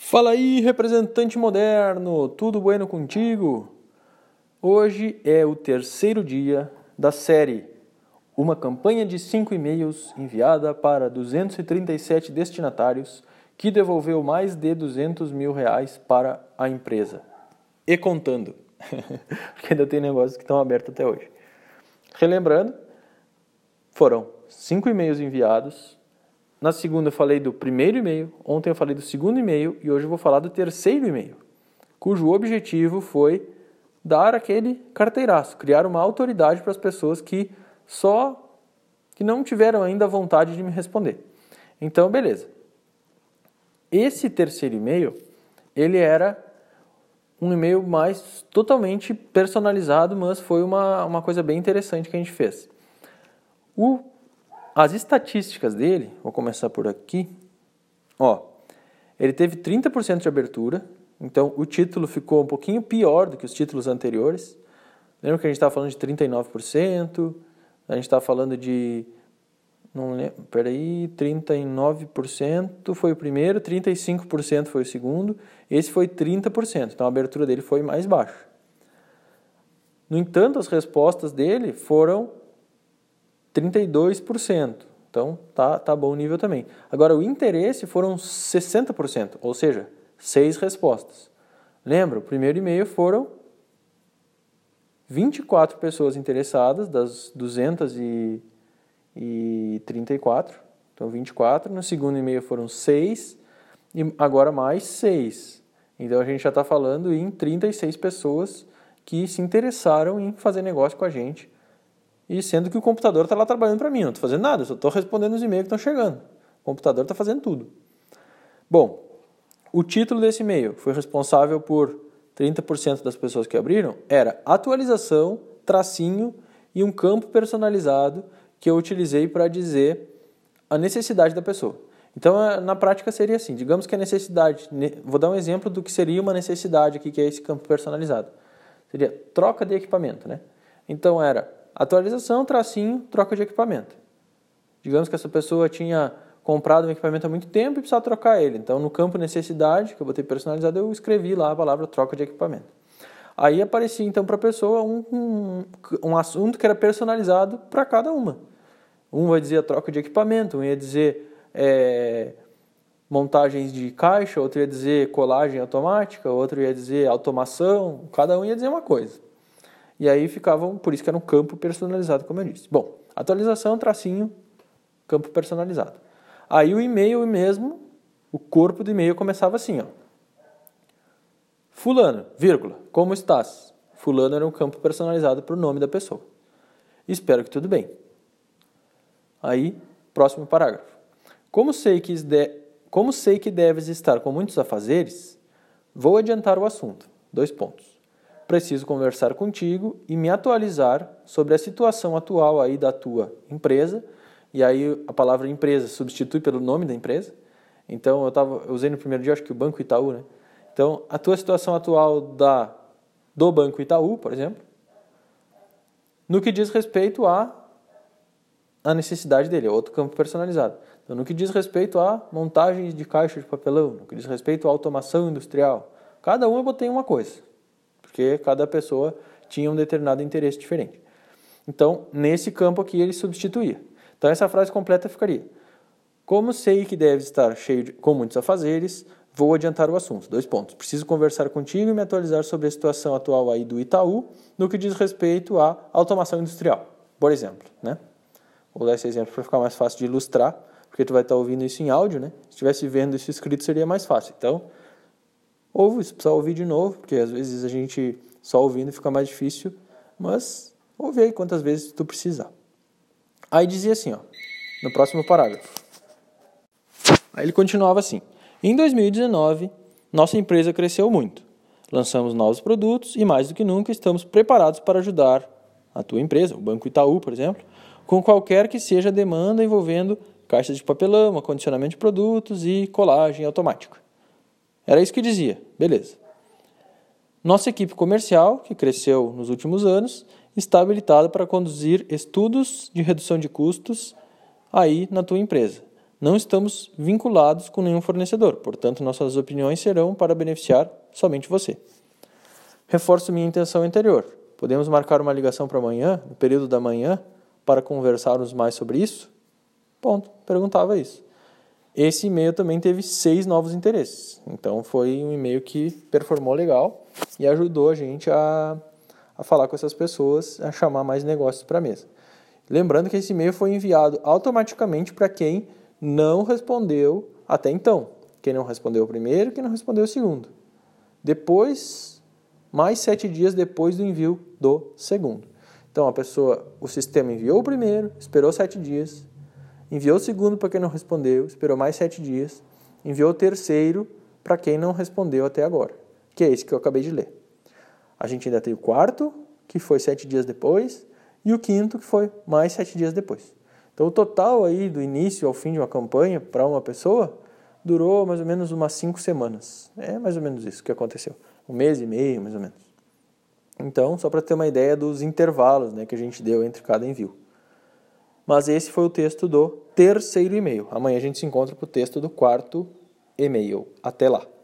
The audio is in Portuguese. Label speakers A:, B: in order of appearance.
A: Fala aí, representante moderno, tudo bueno contigo? Hoje é o terceiro dia da série Uma campanha de 5 e-mails enviada para 237 destinatários que devolveu mais de R$200 mil para a empresa. E contando, porque ainda tem negócios que estão abertos até hoje. Relembrando, foram 5 e-mails enviados. Na segunda eu falei do primeiro e-mail, ontem eu falei do segundo e-mail e hoje eu vou falar do terceiro e-mail, cujo objetivo foi dar aquele carteiraço, criar uma autoridade para as pessoas que não tiveram ainda vontade de me responder. Então, beleza. Esse terceiro e-mail, ele era um e-mail mais totalmente personalizado, mas foi uma coisa bem interessante que a gente fez. As estatísticas dele, vou começar por aqui, ele teve 30% de abertura, então o título ficou um pouquinho pior do que os títulos anteriores. Lembra que a gente estava falando de 39%, a gente estava falando de, 39% foi o primeiro, 35% foi o segundo, esse foi 30%, então a abertura dele foi mais baixa. No entanto, as respostas dele foram 32%, então tá bom o nível também. Agora, o interesse foram 60%, ou seja, 6 respostas. Lembra, o primeiro e-mail foram 24 pessoas interessadas, das 234, então 24. No segundo e-mail foram 6, e agora mais 6. Então, a gente já está falando em 36 pessoas que se interessaram em fazer negócio com a gente, e sendo que o computador está lá trabalhando para mim, não estou fazendo nada, eu só estou respondendo os e-mails que estão chegando. O computador está fazendo tudo. Bom, o título desse e-mail foi responsável por 30% das pessoas que abriram, era atualização, tracinho e um campo personalizado que eu utilizei para dizer a necessidade da pessoa. Então, na prática seria assim, digamos que a necessidade, vou dar um exemplo do que seria uma necessidade aqui, que é esse campo personalizado. Seria troca de equipamento, né? Então, era atualização, tracinho, troca de equipamento. Digamos que essa pessoa tinha comprado um equipamento há muito tempo e precisava trocar ele. Então, no campo necessidade, que eu botei personalizado, eu escrevi lá a palavra troca de equipamento. Aí aparecia, então, para a pessoa um assunto que era personalizado para cada uma. Um vai dizer a troca de equipamento, um ia dizer montagens de caixa, outro ia dizer colagem automática, outro ia dizer automação, cada um ia dizer uma coisa. E aí ficavam, por isso que era um campo personalizado, como eu disse. Bom, atualização, tracinho, campo personalizado. Aí o e-mail mesmo, o corpo do e-mail começava assim, Fulano, vírgula, como estás? Fulano era um campo personalizado para o nome da pessoa. Espero que tudo bem. Aí, próximo parágrafo. Como sei que deves estar com muitos afazeres, vou adiantar o assunto. 2 pontos. Preciso conversar contigo e me atualizar sobre a situação atual aí da tua empresa. E aí a palavra empresa substitui pelo nome da empresa. Então eu usei no primeiro dia, acho que o Banco Itaú, né? Então, a tua situação atual do Banco Itaú, por exemplo, no que diz respeito à necessidade dele, é outro campo personalizado. Então, no que diz respeito à montagem de caixa de papelão, no que diz respeito à automação industrial, cada um eu botei uma coisa, porque cada pessoa tinha um determinado interesse diferente. Então, nesse campo aqui, ele substituía. Então, essa frase completa ficaria: como sei que deve estar com muitos afazeres, vou adiantar o assunto. 2 pontos. Preciso conversar contigo e me atualizar sobre a situação atual aí do Itaú, no que diz respeito à automação industrial, por exemplo, né? Vou dar esse exemplo para ficar mais fácil de ilustrar, porque tu vai estar ouvindo isso em áudio, né? Se estivesse vendo isso escrito, seria mais fácil. Então, ouve, se precisar ouvir de novo, porque às vezes a gente só ouvindo fica mais difícil, mas ouve aí quantas vezes tu precisar. Aí dizia assim, no próximo parágrafo. Aí ele continuava assim: em 2019, nossa empresa cresceu muito. Lançamos novos produtos e, mais do que nunca, estamos preparados para ajudar a tua empresa, o Banco Itaú, por exemplo, com qualquer que seja a demanda envolvendo caixas de papelão, acondicionamento de produtos e colagem automática. Era isso que dizia. Beleza. Nossa equipe comercial, que cresceu nos últimos anos, está habilitada para conduzir estudos de redução de custos aí na tua empresa. Não estamos vinculados com nenhum fornecedor, portanto, nossas opiniões serão para beneficiar somente você. Reforço minha intenção anterior. Podemos marcar uma ligação para amanhã, no período da manhã, para conversarmos mais sobre isso? Ponto. Perguntava isso. Esse e-mail também teve 6 novos interesses. Então, foi um e-mail que performou legal e ajudou a gente a falar com essas pessoas, a chamar mais negócios para a mesa. Lembrando que esse e-mail foi enviado automaticamente para quem não respondeu até então. Quem não respondeu o primeiro, quem não respondeu o segundo. Depois, mais 7 dias depois do envio do segundo. Então, o sistema enviou o primeiro, esperou 7 dias, enviou o segundo para quem não respondeu, esperou mais 7 dias, enviou o terceiro para quem não respondeu até agora, que é esse que eu acabei de ler. A gente ainda tem o quarto, que foi 7 dias depois, e o quinto, que foi mais 7 dias depois. Então, o total aí do início ao fim de uma campanha para uma pessoa durou mais ou menos umas 5 semanas. É mais ou menos isso que aconteceu. 1 mês e meio, mais ou menos. Então, só para ter uma ideia dos intervalos, né, que a gente deu entre cada envio. Mas esse foi o texto do terceiro e-mail. Amanhã a gente se encontra para o texto do quarto e-mail. Até lá!